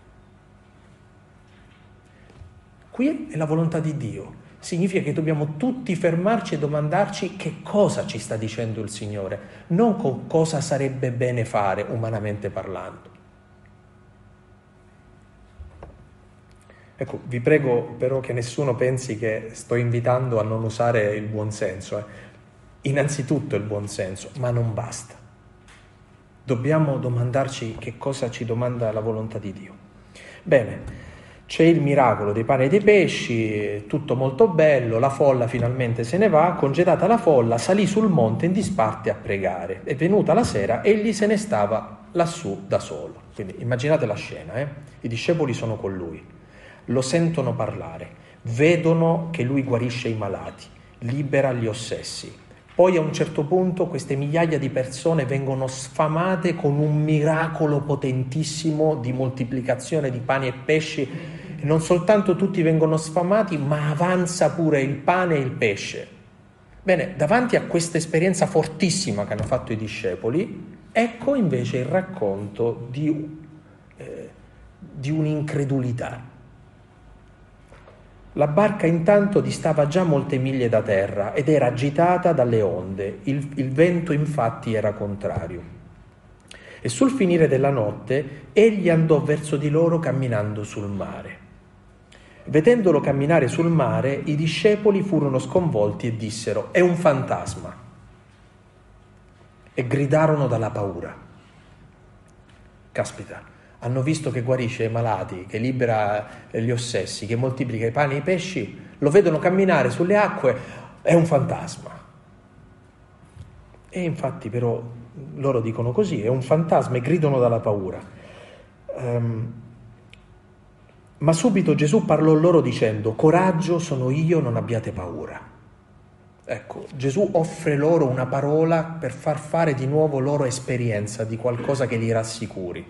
Qui è la volontà di Dio. Significa che dobbiamo tutti fermarci e domandarci che cosa ci sta dicendo il Signore, non con cosa sarebbe bene fare umanamente parlando. Ecco, vi prego però che nessuno pensi che sto invitando a non usare il buonsenso. Eh. Innanzitutto il buonsenso, ma non basta. Dobbiamo domandarci che cosa ci domanda la volontà di Dio. Bene. C'è il miracolo dei pani e dei pesci, tutto molto bello, la folla finalmente se ne va, congedata la folla, salì sul monte in disparte a pregare. È venuta la sera, egli se ne stava lassù da solo. Quindi immaginate la scena, eh? I discepoli sono con lui, lo sentono parlare, vedono che lui guarisce i malati, libera gli ossessi. Poi a un certo punto queste migliaia di persone vengono sfamate con un miracolo potentissimo di moltiplicazione di pani e pesci. E non soltanto tutti vengono sfamati, ma avanza pure il pane e il pesce. Bene, davanti a questa esperienza fortissima che hanno fatto i discepoli, ecco invece il racconto di, eh, di un'incredulità. La barca intanto distava già molte miglia da terra ed era agitata dalle onde, il, il vento infatti era contrario. E sul finire della notte egli andò verso di loro camminando sul mare. Vedendolo camminare sul mare, i discepoli furono sconvolti e dissero: è un fantasma. E gridarono dalla paura. Caspita, hanno visto che guarisce i malati, che libera gli ossessi, che moltiplica i pani e i pesci, lo vedono camminare sulle acque, è un fantasma. E infatti però loro dicono così, è un fantasma, e gridano dalla paura. Um, Ma subito Gesù parlò loro dicendo: coraggio, sono io, non abbiate paura. Ecco, Gesù offre loro una parola per far fare di nuovo loro esperienza di qualcosa che li rassicuri.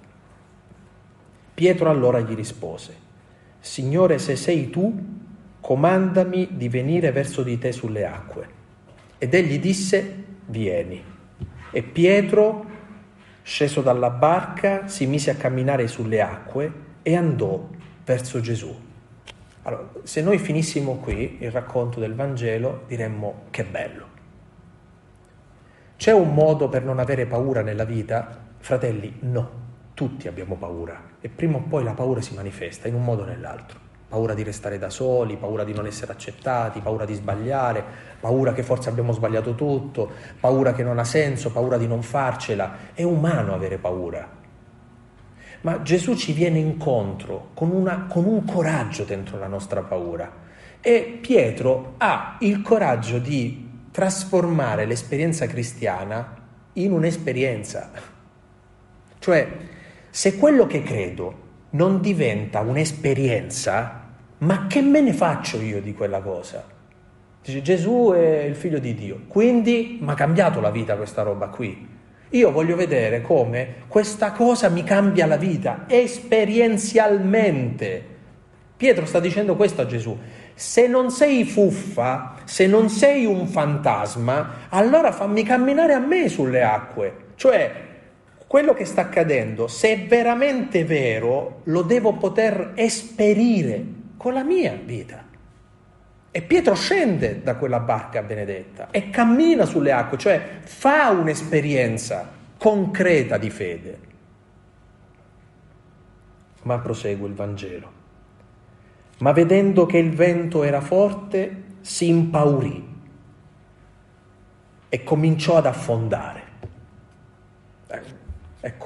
Pietro allora gli rispose: Signore, se sei tu, comandami di venire verso di te sulle acque. Ed egli disse: vieni. E Pietro, sceso dalla barca, si mise a camminare sulle acque e andò verso Gesù. Allora, se noi finissimo qui il racconto del Vangelo, diremmo: che bello. C'è un modo per non avere paura nella vita? Fratelli, no, tutti abbiamo paura e prima o poi la paura si manifesta in un modo o nell'altro. paura di restare da soli, paura di non essere accettati, paura di sbagliare, paura che forse abbiamo sbagliato tutto, paura che non ha senso, paura di non farcela. È umano avere paura. Ma Gesù ci viene incontro con, una, con un coraggio dentro la nostra paura. E Pietro ha il coraggio di trasformare l'esperienza cristiana in un'esperienza. Cioè, se quello che credo non diventa un'esperienza, ma che me ne faccio io di quella cosa? Dice, Gesù è il figlio di Dio, quindi mi ha cambiato la vita questa roba qui. Io voglio vedere come questa cosa mi cambia la vita, esperienzialmente. Pietro sta dicendo questo a Gesù. Se non sei fuffa, se non sei un fantasma, allora fammi camminare a me sulle acque. Cioè, quello che sta accadendo, se è veramente vero, lo devo poter esperire con la mia vita. E Pietro scende da quella barca benedetta e cammina sulle acque, cioè fa un'esperienza concreta di fede. Ma prosegue il Vangelo. Ma vedendo che il vento era forte, si impaurì e cominciò ad affondare. Ecco,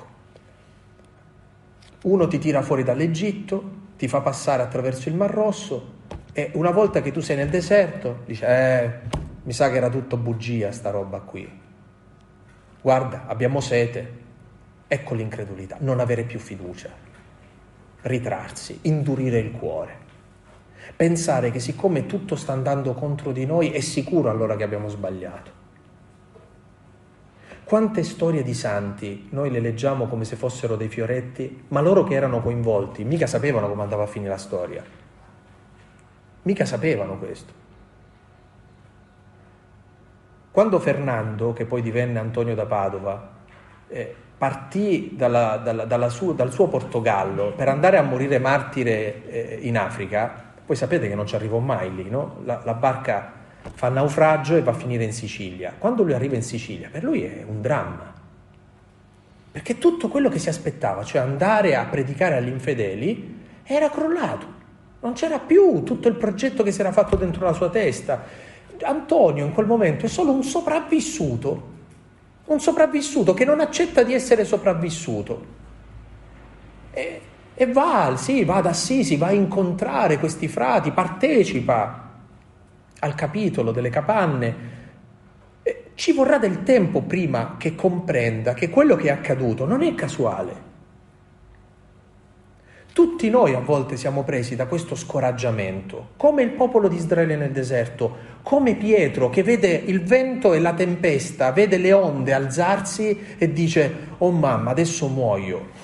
uno ti tira fuori dall'Egitto, ti fa passare attraverso il Mar Rosso e una volta che tu sei nel deserto, dice, eh, mi sa che era tutto bugia sta roba qui. Guarda, abbiamo sete. Ecco l'incredulità, non avere più fiducia, ritrarsi, indurire il cuore. Pensare che siccome tutto sta andando contro di noi è sicuro allora che abbiamo sbagliato. Quante storie di santi noi le leggiamo come se fossero dei fioretti, ma loro che erano coinvolti mica sapevano come andava a finire la storia. Mica sapevano questo. Quando Fernando, che poi divenne Antonio da Padova, eh, partì dalla, dalla, dalla su, dal suo Portogallo per andare a morire martire eh, in Africa, poi sapete che non ci arrivò mai lì, no? La, la barca fa naufragio e va a finire in Sicilia. Quando lui arriva in Sicilia, per lui è un dramma, perché tutto quello che si aspettava, cioè andare a predicare agli infedeli, era crollato, non c'era più tutto il progetto che si era fatto dentro la sua testa. Antonio in quel momento è solo un sopravvissuto, un sopravvissuto che non accetta di essere sopravvissuto e, e va, sì, va ad Assisi, va a incontrare questi frati, partecipa al capitolo delle capanne. Eh, ci vorrà del tempo prima che comprenda che quello che è accaduto non è casuale. Tutti noi a volte siamo presi da questo scoraggiamento, come il popolo di Israele nel deserto, come Pietro che vede il vento e la tempesta, vede le onde alzarsi e dice, oh mamma, adesso muoio.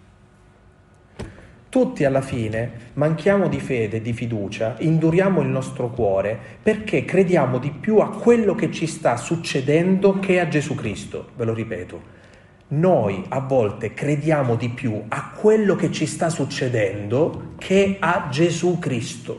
Tutti alla fine manchiamo di fede e di fiducia, induriamo il nostro cuore perché crediamo di più a quello che ci sta succedendo che a Gesù Cristo, ve lo ripeto. Noi a volte crediamo di più a quello che ci sta succedendo che a Gesù Cristo.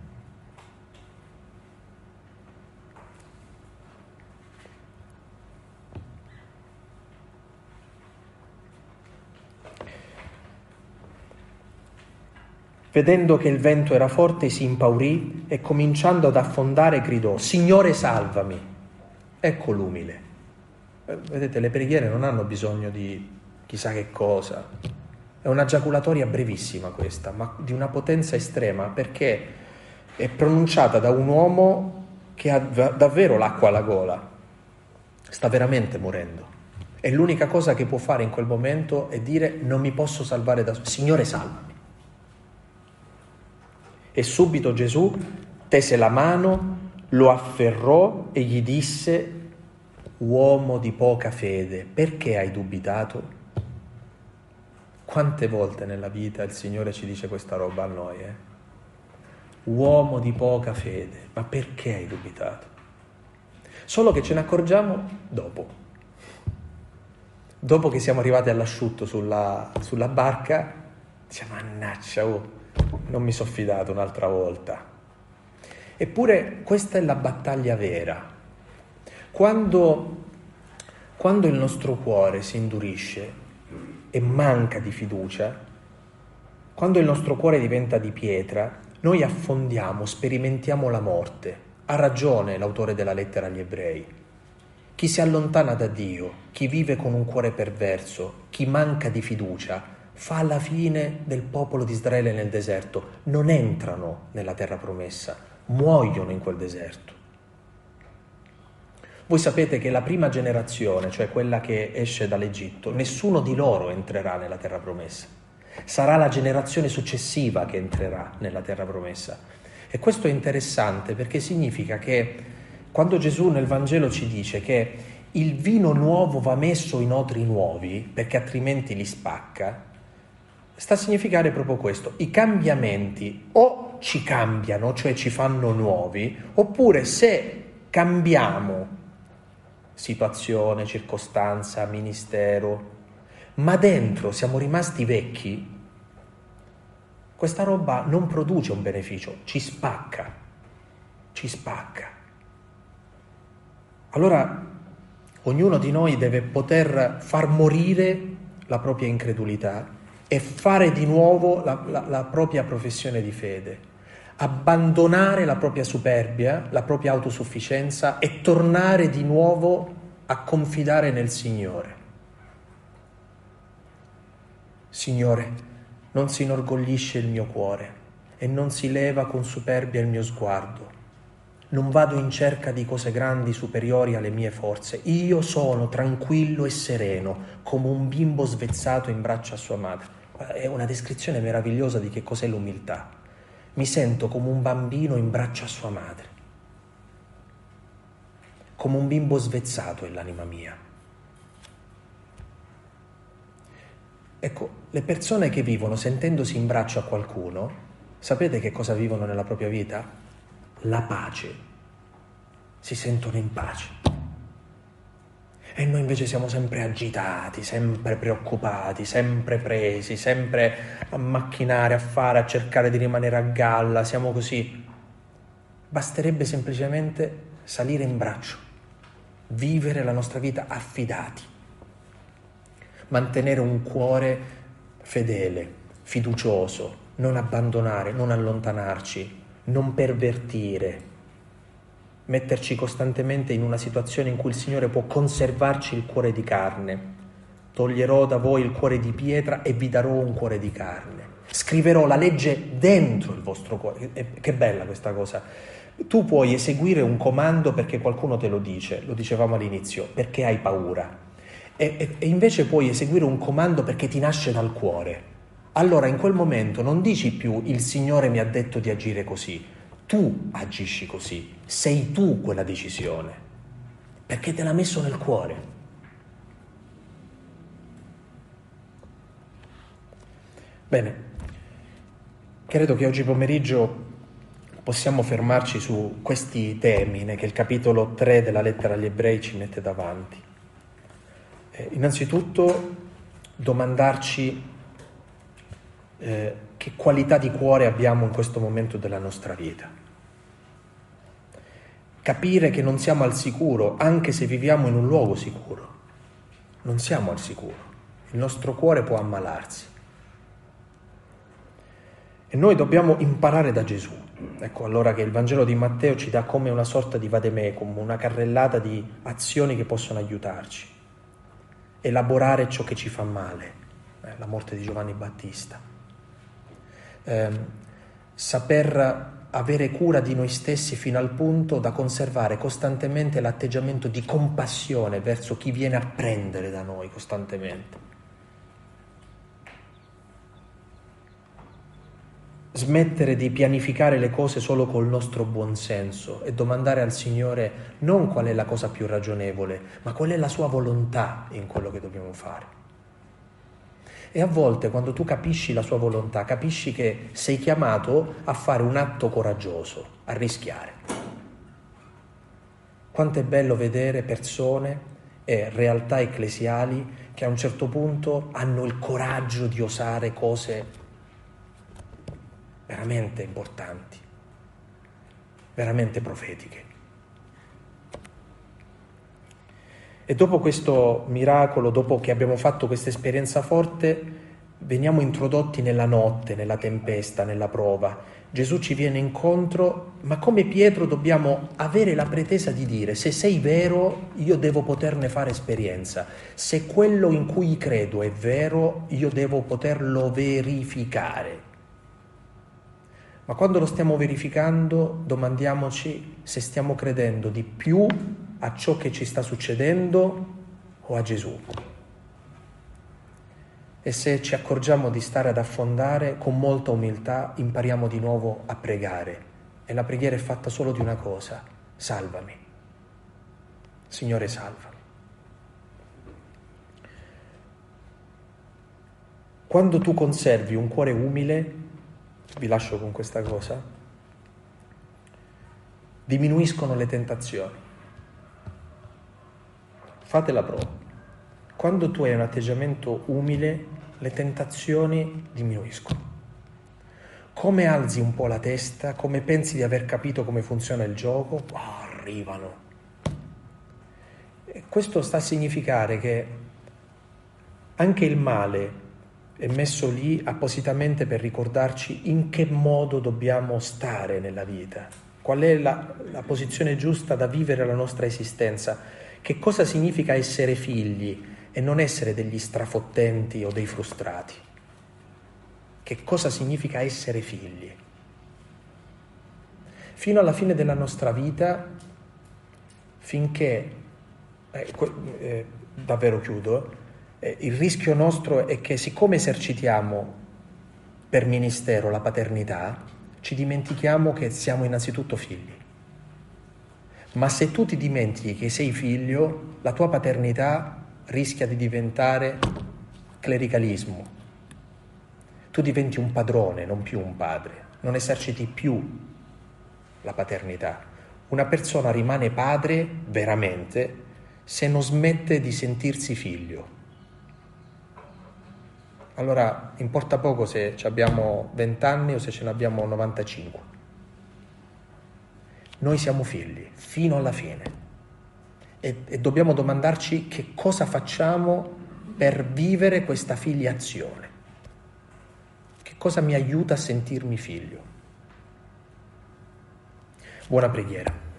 Vedendo che il vento era forte si impaurì e cominciando ad affondare gridò, Signore salvami. Ecco l'umile. Vedete, le preghiere non hanno bisogno di chissà che cosa. È una giaculatoria brevissima questa, ma di una potenza estrema, perché è pronunciata da un uomo che ha davvero l'acqua alla gola. Sta veramente morendo. E l'unica cosa che può fare in quel momento è dire non mi posso salvare da solo. Signore salvami. E subito Gesù tese la mano, lo afferrò e gli disse, uomo di poca fede, perché hai dubitato? Quante volte nella vita il Signore ci dice questa roba a noi, eh? Uomo di poca fede, ma perché hai dubitato? Solo che ce ne accorgiamo dopo. Dopo che siamo arrivati all'asciutto sulla, sulla barca, diciamo, mannaggia, oh, non mi sono fidato un'altra volta. Eppure questa è la battaglia vera. Quando, quando il nostro cuore si indurisce e manca di fiducia, quando il nostro cuore diventa di pietra, Noi affondiamo, sperimentiamo la morte. Ha ragione l'autore della lettera agli Ebrei. Chi si allontana da Dio, chi vive con un cuore perverso, chi manca di fiducia, fa la fine del popolo di Israele nel deserto. Non entrano nella terra promessa, muoiono in quel deserto. Voi sapete che la prima generazione, cioè quella che esce dall'Egitto, nessuno di loro entrerà nella terra promessa. Sarà la generazione successiva che entrerà nella terra promessa. E questo è interessante perché significa che quando Gesù nel Vangelo ci dice che il vino nuovo va messo in odri nuovi perché altrimenti li spacca, sta a significare proprio questo. I cambiamenti o ci cambiano, cioè ci fanno nuovi, oppure se cambiamo situazione, circostanza, ministero, ma dentro siamo rimasti vecchi, questa roba non produce un beneficio, ci spacca, ci spacca. Allora ognuno di noi deve poter far morire la propria incredulità e fare di nuovo la, la, la propria professione di fede, abbandonare la propria superbia, la propria autosufficienza e tornare di nuovo a confidare nel Signore. Signore, non si inorgoglisce il mio cuore e non si leva con superbia il mio sguardo. Non vado in cerca di cose grandi superiori alle mie forze. Io sono tranquillo e sereno, come un bimbo svezzato in braccio a sua madre. È una descrizione meravigliosa di che cos'è l'umiltà. Mi sento come un bambino in braccio a sua madre. Come un bimbo svezzato è l'anima mia. Ecco, le persone che vivono sentendosi in braccio a qualcuno, sapete che cosa vivono nella propria vita? La pace. Si sentono in pace. E noi invece siamo sempre agitati, sempre preoccupati, sempre presi, sempre a macchinare, a fare, a cercare di rimanere a galla, siamo così. Basterebbe semplicemente salire in braccio, vivere la nostra vita affidati, mantenere un cuore fedele, fiducioso, non abbandonare, non allontanarci, non pervertire, metterci costantemente in una situazione in cui il Signore può conservarci il cuore di carne. Toglierò da voi il cuore di pietra e vi darò un cuore di carne. Scriverò la legge dentro il vostro cuore. E che bella questa cosa. Tu puoi eseguire un comando perché qualcuno te lo dice, lo dicevamo all'inizio, perché hai paura. E, e, e invece puoi eseguire un comando perché ti nasce dal cuore. Allora in quel momento non dici più il Signore mi ha detto di agire così. Tu agisci così, sei tu quella decisione, perché te l'ha messo nel cuore. Bene, credo che oggi pomeriggio possiamo fermarci su questi temi che il capitolo tre della lettera agli Ebrei ci mette davanti. Eh, innanzitutto domandarci eh, che qualità di cuore abbiamo in questo momento della nostra vita. Capire che non siamo al sicuro, anche se viviamo in un luogo sicuro. Non siamo al sicuro. Il nostro cuore può ammalarsi. E noi dobbiamo imparare da Gesù. Ecco allora che il Vangelo di Matteo ci dà come una sorta di vademecum, una carrellata di azioni che possono aiutarci. Elaborare ciò che ci fa male. Eh, la morte di Giovanni Battista. Eh, saper avere cura di noi stessi fino al punto da conservare costantemente l'atteggiamento di compassione verso chi viene a prendere da noi costantemente. Smettere di pianificare le cose solo col nostro buonsenso e domandare al Signore non qual è la cosa più ragionevole, ma qual è la sua volontà in quello che dobbiamo fare. E a volte quando tu capisci la sua volontà, capisci che sei chiamato a fare un atto coraggioso, a rischiare. Quanto è bello vedere persone e realtà ecclesiali che a un certo punto hanno il coraggio di osare cose veramente importanti, veramente profetiche. E dopo questo miracolo, dopo che abbiamo fatto questa esperienza forte, veniamo introdotti nella notte, nella tempesta, nella prova. Gesù ci viene incontro, ma come Pietro dobbiamo avere la pretesa di dire: se sei vero, io devo poterne fare esperienza. Se quello in cui credo è vero, io devo poterlo verificare. Ma quando lo stiamo verificando, domandiamoci se stiamo credendo di più a ciò che ci sta succedendo o a Gesù. E se ci accorgiamo di stare ad affondare, con molta umiltà impariamo di nuovo a pregare. E la preghiera è fatta solo di una cosa: salvami. Signore, salvami. Quando tu conservi un cuore umile, vi lascio con questa cosa, diminuiscono le tentazioni. Fate la prova. Quando tu hai un atteggiamento umile, le tentazioni diminuiscono. Come alzi un po' la testa, come pensi di aver capito come funziona il gioco, oh, arrivano. E questo sta a significare che anche il male è messo lì appositamente per ricordarci in che modo dobbiamo stare nella vita, qual è la, la posizione giusta da vivere la nostra esistenza, che cosa significa essere figli e non essere degli strafottenti o dei frustrati. Che cosa significa essere figli? Fino alla fine della nostra vita, finché, eh, eh, davvero chiudo, eh, il rischio nostro è che, siccome esercitiamo per ministero la paternità, ci dimentichiamo che siamo innanzitutto figli. Ma se tu ti dimentichi che sei figlio, la tua paternità rischia di diventare clericalismo. Tu diventi un padrone, non più un padre. Non eserciti più la paternità. Una persona rimane padre veramente se non smette di sentirsi figlio. Allora importa poco se abbiamo venti anni o se ce ne abbiamo novantacinque. Noi siamo figli fino alla fine. E, e dobbiamo domandarci che cosa facciamo per vivere questa filiazione. Che cosa mi aiuta a sentirmi figlio? Buona preghiera.